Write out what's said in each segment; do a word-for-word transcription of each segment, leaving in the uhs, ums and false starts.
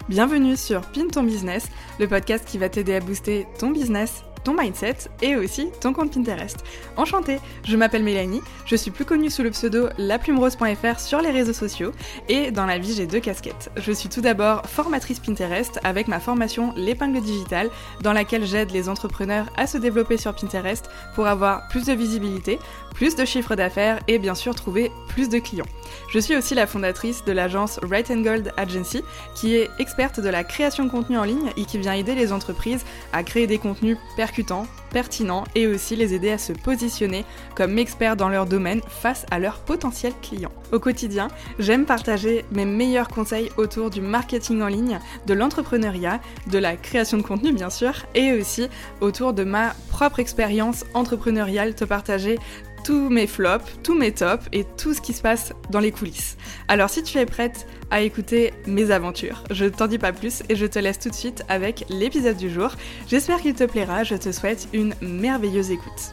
Bienvenue sur Pin ton business, le podcast qui va t'aider à booster ton business, ton mindset et aussi ton compte Pinterest. Enchantée, je m'appelle Mélanie, je suis plus connue sous le pseudo laplumerose point f r sur les réseaux sociaux et dans la vie j'ai deux casquettes. Je suis tout d'abord formatrice Pinterest avec ma formation L'épingle digitale dans laquelle j'aide les entrepreneurs à se développer sur Pinterest pour avoir plus de visibilité, plus de chiffre d'affaires et bien sûr trouver plus de clients. Je suis aussi la fondatrice de l'agence Right and Gold Agency qui est experte de la création de contenu en ligne et qui vient aider les entreprises à créer des contenus percutants, pertinents et aussi les aider à se positionner comme experts dans leur domaine face à leurs potentiels clients. Au quotidien, j'aime partager mes meilleurs conseils autour du marketing en ligne, de l'entrepreneuriat, de la création de contenu bien sûr et aussi autour de ma propre expérience entrepreneuriale, te partager tous mes flops, tous mes tops et tout ce qui se passe dans les coulisses. Alors si tu es prête à écouter mes aventures, je ne t'en dis pas plus et je te laisse tout de suite avec l'épisode du jour. J'espère qu'il te plaira, je te souhaite une merveilleuse écoute.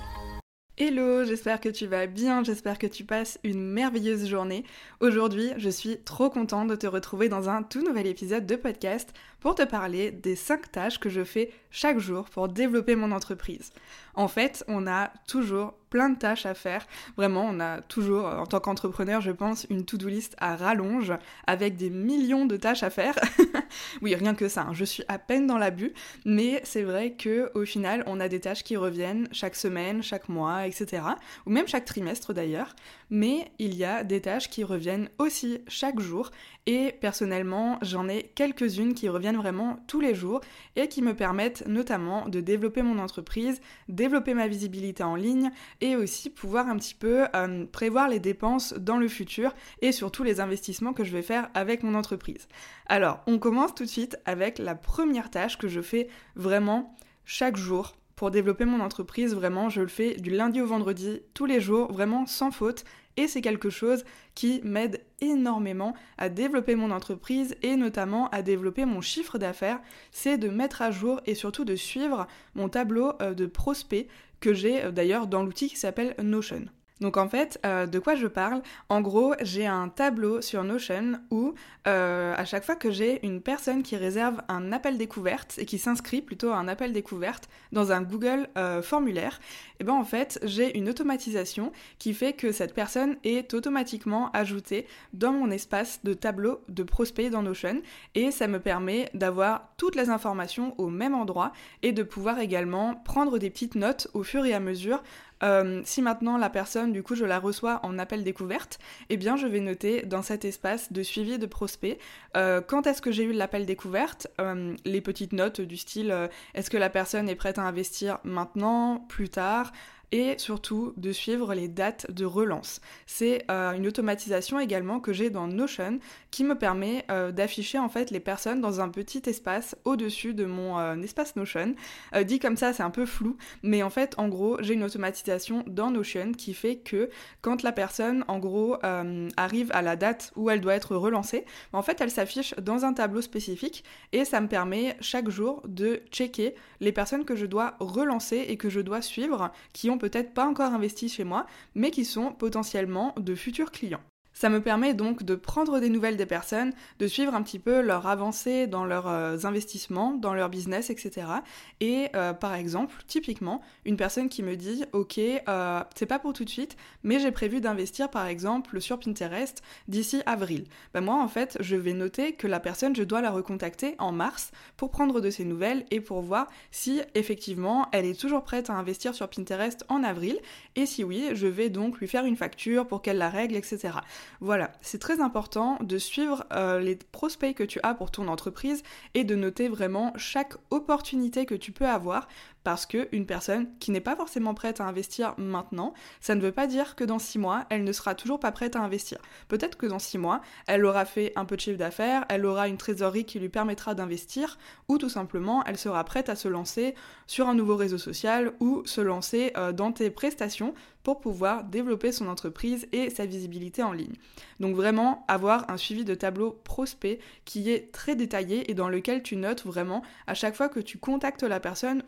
Hello, j'espère que tu vas bien, j'espère que tu passes une merveilleuse journée. Aujourd'hui, je suis trop contente de te retrouver dans un tout nouvel épisode de podcast pour te parler des cinq tâches que je fais chaque jour pour développer mon entreprise. En fait, on a toujours plein de tâches à faire. Vraiment, on a toujours, en tant qu'entrepreneur, je pense, une to-do list à rallonge avec des millions de tâches à faire. Oui, rien que ça, hein. Je suis à peine dans l'abus, mais c'est vrai qu'au final, on a des tâches qui reviennent chaque semaine, chaque mois, et cetera. Ou même chaque trimestre d'ailleurs. Mais il y a des tâches qui reviennent aussi chaque jour. Et personnellement, j'en ai quelques-unes qui reviennent vraiment tous les jours et qui me permettent notamment de développer mon entreprise, développer ma visibilité en ligne et aussi pouvoir un petit peu euh, prévoir les dépenses dans le futur et surtout les investissements que je vais faire avec mon entreprise. Alors, on commence tout de suite avec la première tâche que je fais vraiment chaque jour. Pour développer mon entreprise, vraiment, je le fais du lundi au vendredi, tous les jours, vraiment sans faute. Et c'est quelque chose qui m'aide énormément à développer mon entreprise et notamment à développer mon chiffre d'affaires. C'est de mettre à jour et surtout de suivre mon tableau de prospects que j'ai d'ailleurs dans l'outil qui s'appelle Notion. Donc en fait, euh, de quoi je parle ? En gros, j'ai un tableau sur Notion où euh, à chaque fois que j'ai une personne qui réserve un appel découverte et qui s'inscrit plutôt à un appel découverte dans un Google euh, formulaire, et ben en fait, j'ai une automatisation qui fait que cette personne est automatiquement ajoutée dans mon espace de tableau de prospects dans Notion et ça me permet d'avoir toutes les informations au même endroit et de pouvoir également prendre des petites notes au fur et à mesure. Euh, si maintenant la personne, du coup, je la reçois en appel découverte, eh bien, je vais noter dans cet espace de suivi de prospect euh, quand est-ce que j'ai eu l'appel découverte, euh, les petites notes du style euh, est-ce que la personne est prête à investir maintenant, plus tard, et surtout de suivre les dates de relance. C'est euh, une automatisation également que j'ai dans Notion qui me permet euh, d'afficher en fait les personnes dans un petit espace au-dessus de mon euh, espace Notion. Euh, dit comme ça, c'est un peu flou, mais en fait, en gros, j'ai une automatisation dans Notion qui fait que quand la personne, en gros, euh, arrive à la date où elle doit être relancée, en fait, elle s'affiche dans un tableau spécifique et ça me permet chaque jour de checker les personnes que je dois relancer et que je dois suivre, qui ont peut-être pas encore investi chez moi, mais qui sont potentiellement de futurs clients. Ça me permet donc de prendre des nouvelles des personnes, de suivre un petit peu leur avancée dans leurs euh, investissements, dans leur business, et cetera. Et euh, par exemple, typiquement, une personne qui me dit « Ok, euh, c'est pas pour tout de suite, mais j'ai prévu d'investir par exemple sur Pinterest d'ici avril. » Ben moi, en fait, je vais noter que la personne, je dois la recontacter en mars pour prendre de ses nouvelles et pour voir si effectivement elle est toujours prête à investir sur Pinterest en avril. Et si oui, je vais donc lui faire une facture pour qu'elle la règle, et cetera. Voilà, c'est très important de suivre euh, les prospects que tu as pour ton entreprise et de noter vraiment chaque opportunité que tu peux avoir parce qu'une personne qui n'est pas forcément prête à investir maintenant, ça ne veut pas dire que dans six mois, elle ne sera toujours pas prête à investir. Peut-être que dans six mois, elle aura fait un peu de chiffre d'affaires, elle aura une trésorerie qui lui permettra d'investir ou tout simplement, elle sera prête à se lancer sur un nouveau réseau social ou se lancer euh, dans tes prestations pour pouvoir développer son entreprise et sa visibilité en ligne. Donc vraiment avoir un suivi de tableau prospect qui est très détaillé et dans lequel tu notes vraiment à chaque fois que tu contactes la personne ou que tu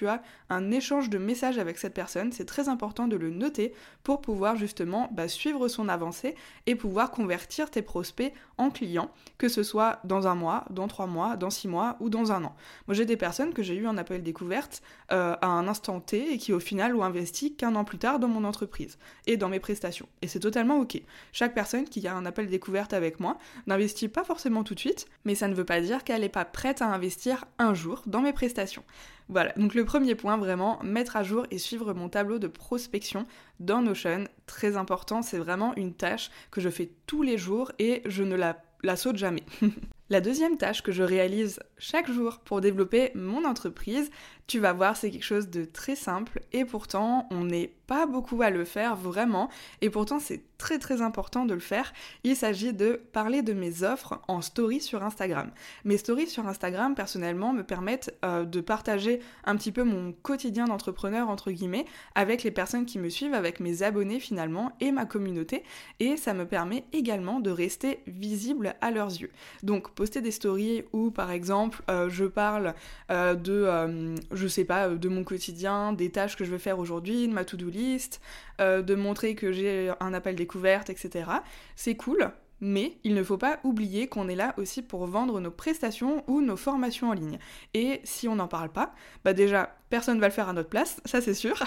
tu as un échange de messages avec cette personne, c'est très important de le noter pour pouvoir justement bah, suivre son avancée et pouvoir convertir tes prospects en clients, que ce soit dans un mois, dans trois mois, dans six mois ou dans un an. Moi j'ai des personnes que j'ai eu en appel découverte euh, à un instant T et qui au final ont investi qu'un an plus tard dans mon entreprise et dans mes prestations. Et c'est totalement ok. Chaque personne qui a un appel découverte avec moi n'investit pas forcément tout de suite, mais ça ne veut pas dire qu'elle n'est pas prête à investir un jour dans mes prestations. Voilà, donc le premier point, vraiment, mettre à jour et suivre mon tableau de prospection dans Notion, très important, c'est vraiment une tâche que je fais tous les jours et je ne la, la saute jamais. La deuxième tâche que je réalise chaque jour pour développer mon entreprise, tu vas voir, c'est quelque chose de très simple et pourtant on n'est pas beaucoup à le faire vraiment et pourtant c'est très très important de le faire. Il s'agit de parler de mes offres en story sur Instagram. Mes stories sur Instagram personnellement me permettent euh, de partager un petit peu mon quotidien d'entrepreneur entre guillemets avec les personnes qui me suivent, avec mes abonnés finalement et ma communauté et ça me permet également de rester visible à leurs yeux. Donc poster des stories où par exemple euh, je parle euh, de euh, je sais pas de mon quotidien, des tâches que je vais faire aujourd'hui, de ma to-do list, euh, de montrer que j'ai un appel découverte, et cetera. C'est cool, mais il ne faut pas oublier qu'on est là aussi pour vendre nos prestations ou nos formations en ligne. Et si on n'en parle pas, bah déjà personne va le faire à notre place, ça c'est sûr.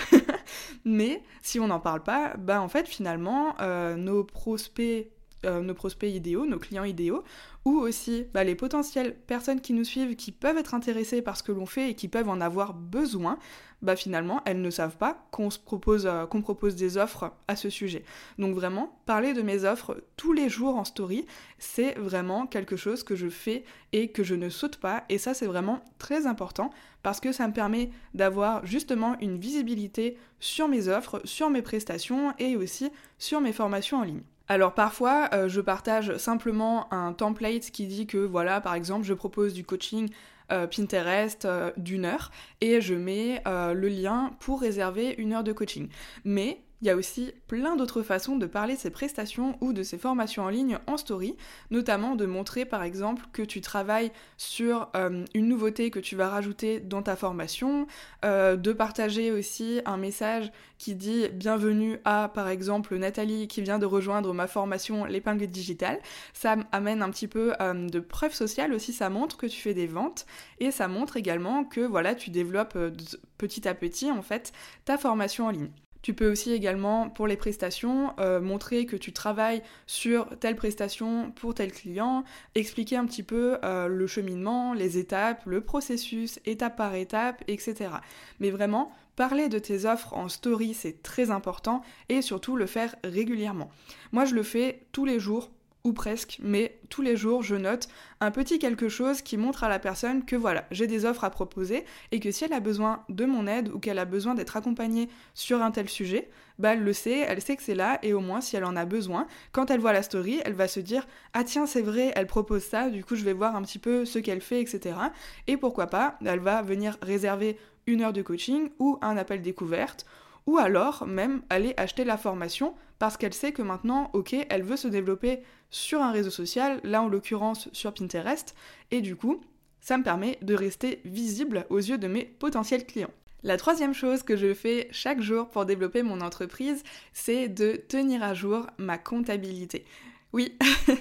Mais si on n'en parle pas, bah en fait finalement euh, nos prospects Euh, nos prospects idéaux, nos clients idéaux, ou aussi bah, les potentielles personnes qui nous suivent, qui peuvent être intéressées par ce que l'on fait et qui peuvent en avoir besoin, bah finalement, elles ne savent pas qu'on se propose, euh, qu'on propose des offres à ce sujet. Donc vraiment, parler de mes offres tous les jours en story, c'est vraiment quelque chose que je fais et que je ne saute pas, et ça c'est vraiment très important, parce que ça me permet d'avoir justement une visibilité sur mes offres, sur mes prestations, et aussi sur mes formations en ligne. Alors parfois, euh, je partage simplement un template qui dit que voilà, par exemple, je propose du coaching euh, Pinterest euh, d'une heure et je mets euh, le lien pour réserver une heure de coaching. Mais il y a aussi plein d'autres façons de parler de ces prestations ou de ces formations en ligne en story, notamment de montrer par exemple que tu travailles sur euh, une nouveauté que tu vas rajouter dans ta formation, euh, de partager aussi un message qui dit « Bienvenue à, par exemple, Nathalie qui vient de rejoindre ma formation l'épingle digitale ». Ça amène un petit peu euh, de preuve sociale aussi, ça montre que tu fais des ventes et ça montre également que voilà, tu développes euh, petit à petit en fait ta formation en ligne. Tu peux aussi également, pour les prestations, euh, montrer que tu travailles sur telle prestation pour tel client, expliquer un petit peu euh, le cheminement, les étapes, le processus, étape par étape, et cetera. Mais vraiment, parler de tes offres en story, c'est très important et surtout le faire régulièrement. Moi, je le fais tous les jours, ou presque, mais tous les jours, je note un petit quelque chose qui montre à la personne que voilà, j'ai des offres à proposer et que si elle a besoin de mon aide ou qu'elle a besoin d'être accompagnée sur un tel sujet, bah elle le sait, elle sait que c'est là et au moins si elle en a besoin, quand elle voit la story, elle va se dire « Ah tiens, c'est vrai, elle propose ça, du coup je vais voir un petit peu ce qu'elle fait, et cetera » Et pourquoi pas, elle va venir réserver une heure de coaching ou un appel découverte, ou alors même aller acheter la formation parce qu'elle sait que maintenant, ok, elle veut se développer sur un réseau social, là en l'occurrence sur Pinterest, et du coup, ça me permet de rester visible aux yeux de mes potentiels clients. La troisième chose que je fais chaque jour pour développer mon entreprise, c'est de tenir à jour ma comptabilité. Oui,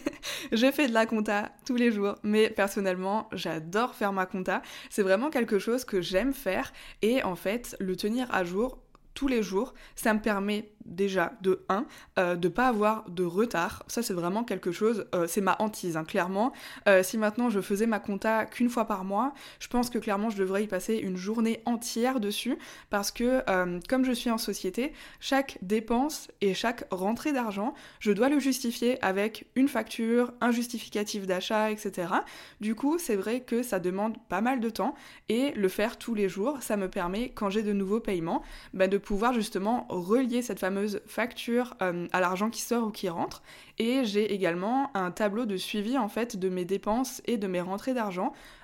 je fais de la compta tous les jours, mais personnellement, j'adore faire ma compta. C'est vraiment quelque chose que j'aime faire et en fait, le tenir à jour tous les jours, ça me permet déjà de un, euh, de pas avoir de retard. Ça c'est vraiment quelque chose, euh, c'est ma hantise hein, clairement. Euh, si maintenant je faisais ma compta qu'une fois par mois, je pense que clairement je devrais y passer une journée entière dessus parce que euh, comme je suis en société, chaque dépense et chaque rentrée d'argent, je dois le justifier avec une facture, un justificatif d'achat, et cetera. Du coup, c'est vrai que ça demande pas mal de temps et le faire tous les jours, ça me permet, quand j'ai de nouveaux paiements, bah, de pouvoir justement relier cette fameuse facture euh, à l'argent qui sort ou qui rentre. Et j'ai également un tableau de suivi en fait de mes dépenses et de mes rentrées d'argent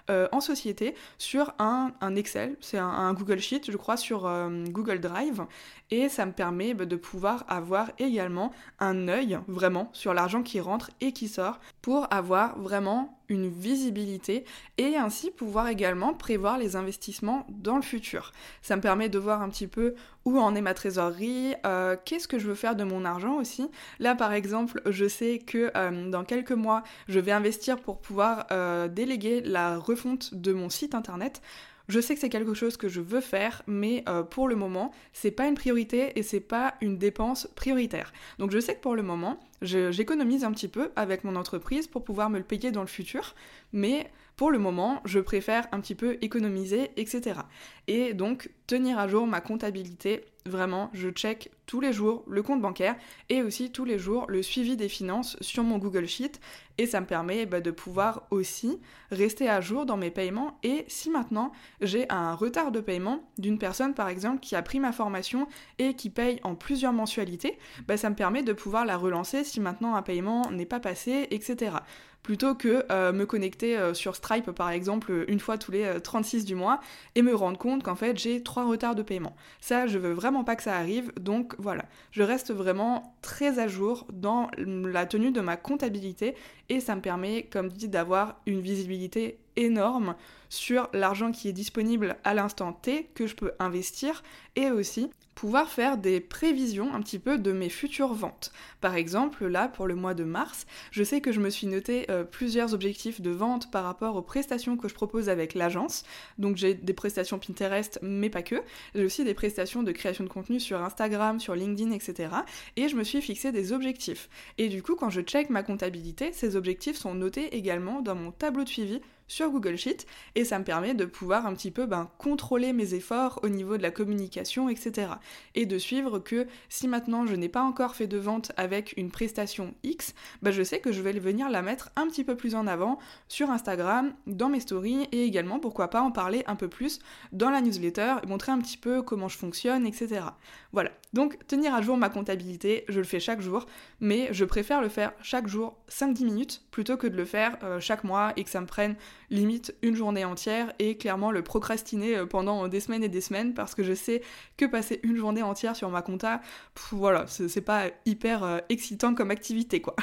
euh, en société sur un, un Excel, c'est un, un Google Sheet, je crois, sur euh, Google Drive, et ça me permet bah, de pouvoir avoir également un œil vraiment sur l'argent qui rentre et qui sort pour avoir vraiment une visibilité et ainsi pouvoir également prévoir les investissements dans le futur. Ça me permet de voir un petit peu où en est ma trésorerie, euh, qu'est-ce que je veux faire de mon argent aussi. Là par exemple, je sais que euh, dans quelques mois, je vais investir pour pouvoir euh, déléguer la refonte de mon site internet. Je sais que c'est quelque chose que je veux faire, mais euh, pour le moment, c'est pas une priorité et c'est pas une dépense prioritaire. Donc je sais que pour le moment, je, j'économise un petit peu avec mon entreprise pour pouvoir me le payer dans le futur, mais pour le moment, je préfère un petit peu économiser, et cetera. Et donc, tenir à jour ma comptabilité, vraiment, je check tous les jours le compte bancaire et aussi tous les jours le suivi des finances sur mon Google Sheet et ça me permet bah, de pouvoir aussi rester à jour dans mes paiements et si maintenant j'ai un retard de paiement d'une personne par exemple qui a pris ma formation et qui paye en plusieurs mensualités, bah, ça me permet de pouvoir la relancer si maintenant un paiement n'est pas passé, et cetera. Plutôt que euh, me connecter euh, sur Stripe par exemple une fois tous les euh, trente-six du mois et me rendre compte qu'en fait j'ai trois retards de paiement. Ça je veux vraiment pas que ça arrive, donc voilà, je reste vraiment très à jour dans la tenue de ma comptabilité et ça me permet comme dit d'avoir une visibilité énorme sur l'argent qui est disponible à l'instant T que je peux investir et aussi pouvoir faire des prévisions un petit peu de mes futures ventes. Par exemple, là, pour le mois de mars, je sais que je me suis noté euh, plusieurs objectifs de vente par rapport aux prestations que je propose avec l'agence. Donc j'ai des prestations Pinterest, mais pas que. J'ai aussi des prestations de création de contenu sur Instagram, sur LinkedIn, et cetera. Et je me suis fixé des objectifs. Et du coup, quand je check ma comptabilité, ces objectifs sont notés également dans mon tableau de suivi sur Google Sheet et ça me permet de pouvoir un petit peu ben, contrôler mes efforts au niveau de la communication, et cetera. Et de suivre que si maintenant je n'ai pas encore fait de vente avec une prestation X, ben, je sais que je vais venir la mettre un petit peu plus en avant sur Instagram, dans mes stories et également pourquoi pas en parler un peu plus dans la newsletter et montrer un petit peu comment je fonctionne, et cetera. Voilà, donc tenir à jour ma comptabilité, je le fais chaque jour, mais je préfère le faire chaque jour cinq à dix minutes plutôt que de le faire euh, chaque mois et que ça me prenne limite une journée entière et clairement le procrastiner pendant des semaines et des semaines parce que je sais que passer une journée entière sur ma compta, pff, voilà, c'est, c'est pas hyper euh, excitant comme activité quoi.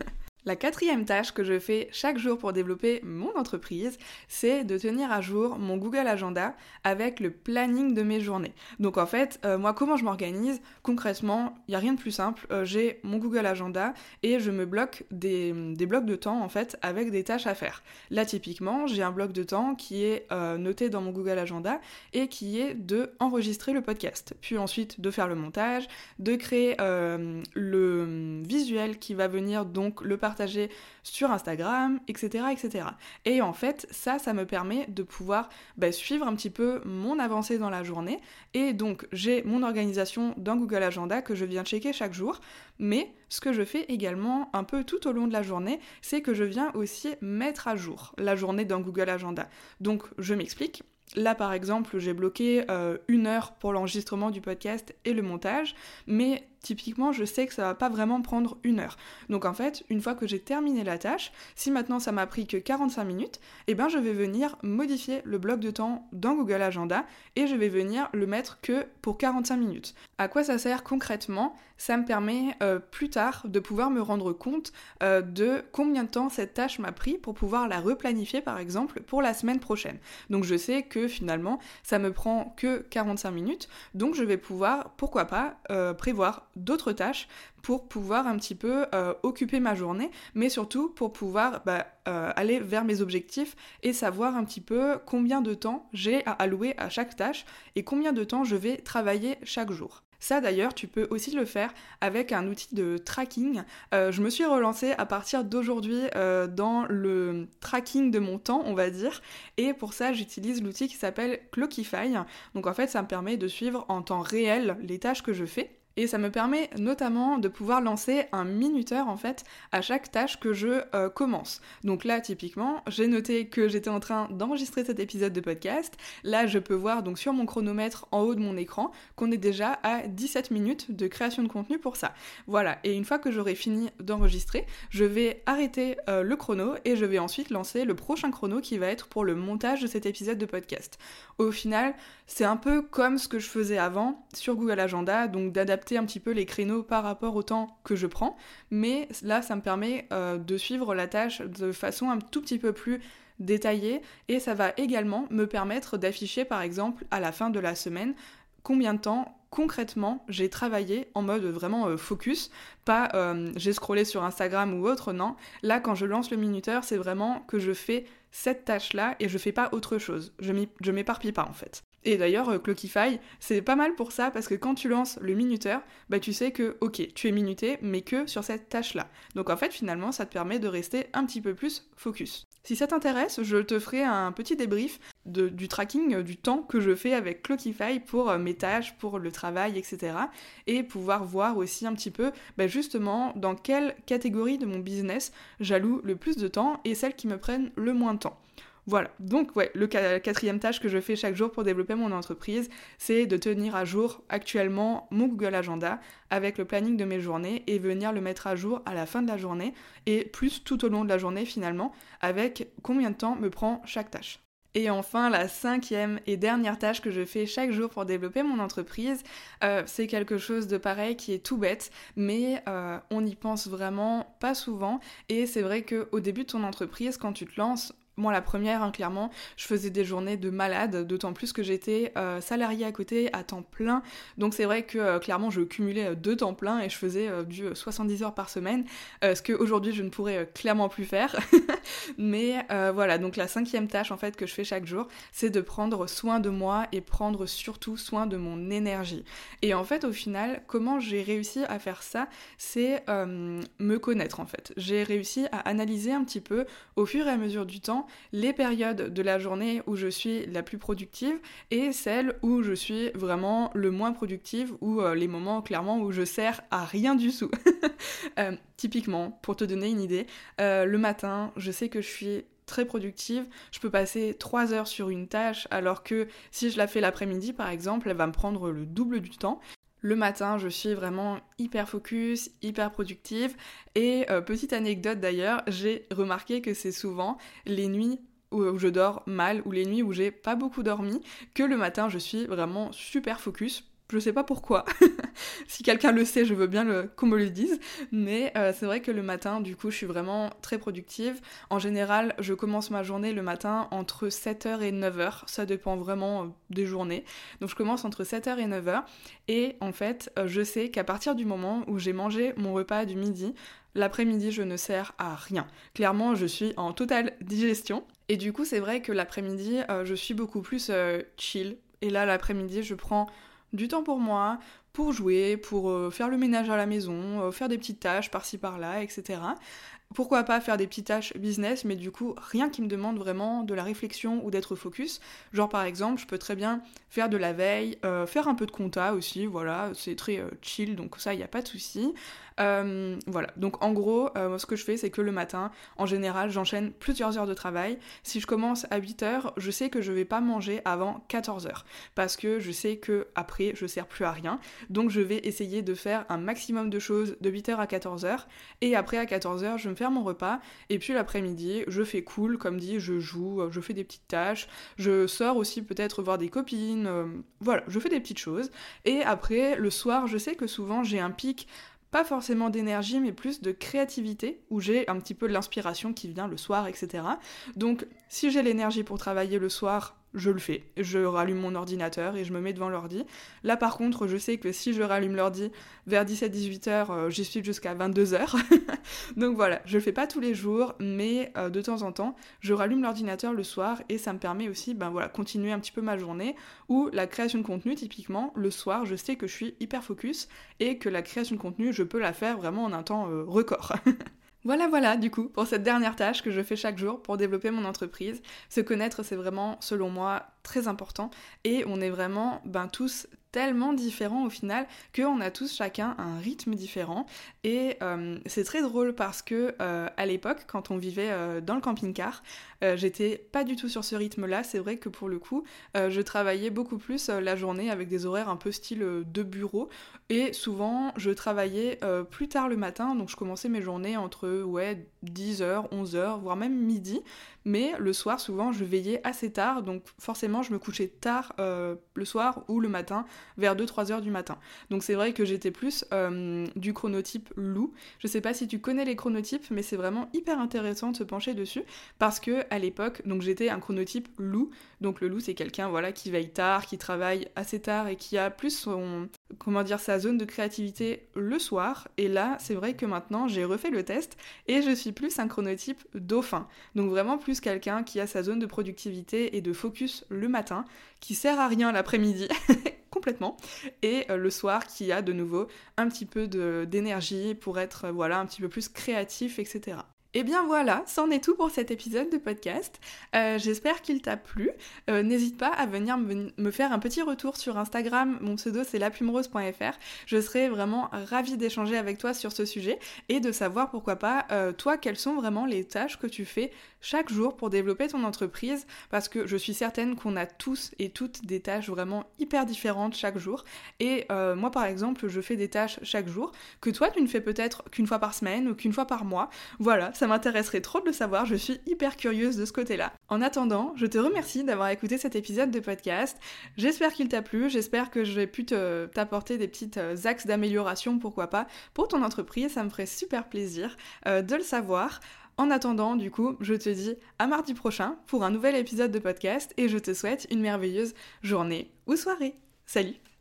La quatrième tâche que je fais chaque jour pour développer mon entreprise, c'est de tenir à jour mon Google Agenda avec le planning de mes journées. Donc en fait, euh, moi comment je m'organise? Concrètement, il n'y a rien de plus simple. Euh, j'ai mon Google Agenda et je me bloque des, des blocs de temps en fait avec des tâches à faire. Là typiquement, j'ai un bloc de temps qui est euh, noté dans mon Google Agenda et qui est de enregistrer le podcast. Puis ensuite de faire le montage, de créer euh, le visuel qui va venir donc le partager partager sur Instagram, et cetera, et cetera. Et en fait, ça, ça me permet de pouvoir bah, suivre un petit peu mon avancée dans la journée. Et donc, j'ai mon organisation dans Google Agenda que je viens checker chaque jour. Mais ce que je fais également un peu tout au long de la journée, c'est que je viens aussi mettre à jour la journée dans Google Agenda. Donc, je m'explique. Là, par exemple, j'ai bloqué euh, une heure pour l'enregistrement du podcast et le montage, mais typiquement, je sais que ça va pas vraiment prendre une heure. Donc en fait, une fois que j'ai terminé la tâche, si maintenant ça m'a pris que quarante-cinq minutes, eh ben je vais venir modifier le bloc de temps dans Google Agenda et je vais venir le mettre que pour quarante-cinq minutes. À quoi ça sert concrètement? Ça me permet euh, plus tard de pouvoir me rendre compte euh, de combien de temps cette tâche m'a pris pour pouvoir la replanifier par exemple pour la semaine prochaine. Donc je sais que finalement ça me prend que quarante-cinq minutes, donc je vais pouvoir, pourquoi pas, euh, prévoir d'autres tâches pour pouvoir un petit peu euh, occuper ma journée, mais surtout pour pouvoir bah, euh, aller vers mes objectifs et savoir un petit peu combien de temps j'ai à allouer à chaque tâche et combien de temps je vais travailler chaque jour. Ça d'ailleurs, tu peux aussi le faire avec un outil de tracking. Euh, je me suis relancée à partir d'aujourd'hui euh, dans le tracking de mon temps, on va dire, et pour ça j'utilise l'outil qui s'appelle Clockify. Donc en fait, ça me permet de suivre en temps réel les tâches que je fais. Et ça me permet notamment de pouvoir lancer un minuteur en fait à chaque tâche que je euh, commence. Donc là typiquement, j'ai noté que j'étais en train d'enregistrer cet épisode de podcast. Là je peux voir donc sur mon chronomètre en haut de mon écran qu'on est déjà à dix-sept minutes de création de contenu pour ça. Voilà, et une fois que j'aurai fini d'enregistrer, je vais arrêter euh, le chrono et je vais ensuite lancer le prochain chrono qui va être pour le montage de cet épisode de podcast. Au final, c'est un peu comme ce que je faisais avant sur Google Agenda, donc d'adapter un petit peu les créneaux par rapport au temps que je prends, mais là ça me permet euh, de suivre la tâche de façon un tout petit peu plus détaillée et ça va également me permettre d'afficher par exemple à la fin de la semaine combien de temps concrètement j'ai travaillé en mode vraiment euh, focus, pas euh, j'ai scrollé sur Instagram ou autre, non. Là quand je lance le minuteur, c'est vraiment que je fais cette tâche-là et je fais pas autre chose, je, m'y, je m'éparpille pas en fait. Et d'ailleurs, euh, Clockify, c'est pas mal pour ça parce que quand tu lances le minuteur, bah tu sais que, ok, tu es minuté, mais que sur cette tâche-là. Donc en fait, finalement, ça te permet de rester un petit peu plus focus. Si ça t'intéresse, je te ferai un petit débrief de, du tracking du temps que je fais avec Clockify pour mes tâches, pour le travail, et cetera. Et pouvoir voir aussi un petit peu, bah justement, dans quelle catégorie de mon business j'alloue le plus de temps et celles qui me prennent le moins de temps. Voilà, donc ouais, le quatrième tâche que je fais chaque jour pour développer mon entreprise, c'est de tenir à jour actuellement mon Google Agenda avec le planning de mes journées et venir le mettre à jour à la fin de la journée et plus tout au long de la journée finalement avec combien de temps me prend chaque tâche. Et enfin, la cinquième et dernière tâche que je fais chaque jour pour développer mon entreprise, euh, c'est quelque chose de pareil qui est tout bête, mais euh, on n'y pense vraiment pas souvent. Et c'est vrai qu'au début de ton entreprise, quand tu te lances, moi la première, hein, clairement, je faisais des journées de malade, d'autant plus que j'étais euh, salariée à côté à temps plein. Donc c'est vrai que euh, clairement je cumulais euh, deux temps pleins et je faisais euh, du euh, soixante-dix heures par semaine, euh, ce qu'aujourd'hui je ne pourrais euh, clairement plus faire. Mais euh, voilà, donc la cinquième tâche en fait que je fais chaque jour, c'est de prendre soin de moi et prendre surtout soin de mon énergie. Et en fait au final, comment j'ai réussi à faire ça, c'est euh, me connaître en fait. J'ai réussi à analyser un petit peu au fur et à mesure du temps les périodes de la journée où je suis la plus productive et celles où je suis vraiment le moins productive ou euh, les moments clairement où je sers à rien du tout. euh, typiquement, pour te donner une idée, euh, le matin, je sais que je suis très productive, je peux passer trois heures sur une tâche alors que si je la fais l'après-midi par exemple, elle va me prendre le double du temps. Le matin, je suis vraiment hyper focus, hyper productive. Et euh, petite anecdote d'ailleurs, j'ai remarqué que c'est souvent les nuits où je dors mal ou les nuits où j'ai pas beaucoup dormi que le matin, je suis vraiment super focus. Je sais pas pourquoi. Si quelqu'un le sait, je veux bien le, qu'on me le dise. Mais euh, c'est vrai que le matin, du coup, je suis vraiment très productive. En général, je commence ma journée le matin entre sept heures et neuf heures. Ça dépend vraiment euh, des journées. Donc je commence entre sept heures et neuf heures. Et en fait, euh, je sais qu'à partir du moment où j'ai mangé mon repas du midi, l'après-midi, je ne sers à rien. Clairement, je suis en totale digestion. Et du coup, c'est vrai que l'après-midi, euh, je suis beaucoup plus euh, chill. Et là, l'après-midi, je prends du temps pour moi, pour jouer, pour euh, faire le ménage à la maison, euh, faire des petites tâches par-ci par-là, et cetera. Pourquoi pas faire des petites tâches business, mais du coup, rien qui me demande vraiment de la réflexion ou d'être focus. Genre par exemple, je peux très bien faire de la veille, euh, faire un peu de compta aussi, voilà, c'est très euh, chill, donc ça, il n'y a pas de souci. Euh, voilà, donc en gros, euh, ce que je fais, c'est que le matin, en général, j'enchaîne plusieurs heures de travail. Si je commence à huit heures, je sais que je vais pas manger avant quatorze heures, parce que je sais que après, je sers plus à rien. Donc je vais essayer de faire un maximum de choses de huit heures à quatorze heures, et après à quatorze heures, je me fais mon repas, et puis l'après-midi, je fais cool, comme dit, je joue, je fais des petites tâches, je sors aussi peut-être voir des copines, euh, voilà, je fais des petites choses, et après, le soir, je sais que souvent j'ai un pic, pas forcément d'énergie, mais plus de créativité, où j'ai un petit peu de l'inspiration qui vient le soir, et cetera. Donc, si j'ai l'énergie pour travailler le soir, je le fais. Je rallume mon ordinateur et je me mets devant l'ordi. Là, par contre, je sais que si je rallume l'ordi vers dix-sept à dix-huit heures, euh, j'y suis jusqu'à vingt-deux heures. Donc voilà, je le fais pas tous les jours, mais euh, de temps en temps, je rallume l'ordinateur le soir et ça me permet aussi, ben voilà, continuer un petit peu ma journée, ou la création de contenu, typiquement, le soir, je sais que je suis hyper focus et que la création de contenu, je peux la faire vraiment en un temps euh, record. Voilà, voilà, du coup, pour cette dernière tâche que je fais chaque jour pour développer mon entreprise. Se connaître, c'est vraiment, selon moi, très important. Et on est vraiment, ben, tous tellement différents au final qu'on a tous chacun un rythme différent et euh, c'est très drôle parce que euh, à l'époque quand on vivait euh, dans le camping-car euh, j'étais pas du tout sur ce rythme là, c'est vrai que pour le coup euh, je travaillais beaucoup plus euh, la journée avec des horaires un peu style euh, de bureau et souvent je travaillais euh, plus tard le matin, donc je commençais mes journées entre ouais, dix heures, onze heures, voire même midi, mais le soir souvent je veillais assez tard, donc forcément je me couchais tard euh, le soir ou le matin vers deux trois heures du matin. Donc c'est vrai que j'étais plus euh, du chronotype loup. Je sais pas si tu connais les chronotypes, mais c'est vraiment hyper intéressant de se pencher dessus, parce que à l'époque, donc j'étais un chronotype loup. Donc le loup c'est quelqu'un voilà, qui veille tard, qui travaille assez tard et qui a plus son, comment dire, sa zone de créativité le soir. Et là, c'est vrai que maintenant j'ai refait le test et je suis plus un chronotype dauphin. Donc vraiment plus quelqu'un qui a sa zone de productivité et de focus le matin, qui sert à rien l'après-midi, complètement, et euh, le soir qui a de nouveau un petit peu de, d'énergie pour être euh, voilà, un petit peu plus créatif, et cetera. Et bien voilà, c'en est tout pour cet épisode de podcast. Euh, j'espère qu'il t'a plu. Euh, n'hésite pas à venir me, me faire un petit retour sur Instagram. Mon pseudo c'est la plume rose point f r. Je serai vraiment ravie d'échanger avec toi sur ce sujet et de savoir pourquoi pas, euh, toi, quelles sont vraiment les tâches que tu fais chaque jour pour développer ton entreprise, parce que je suis certaine qu'on a tous et toutes des tâches vraiment hyper différentes chaque jour. Et euh, moi par exemple, je fais des tâches chaque jour que toi tu ne fais peut-être qu'une fois par semaine ou qu'une fois par mois. Voilà, ça m'intéresserait trop de le savoir, je suis hyper curieuse de ce côté-là. En attendant, je te remercie d'avoir écouté cet épisode de podcast. J'espère qu'il t'a plu, j'espère que j'ai pu te, t'apporter des petits euh, axes d'amélioration, pourquoi pas, pour ton entreprise, ça me ferait super plaisir euh, de le savoir. En attendant, du coup, je te dis à mardi prochain pour un nouvel épisode de podcast et je te souhaite une merveilleuse journée ou soirée. Salut!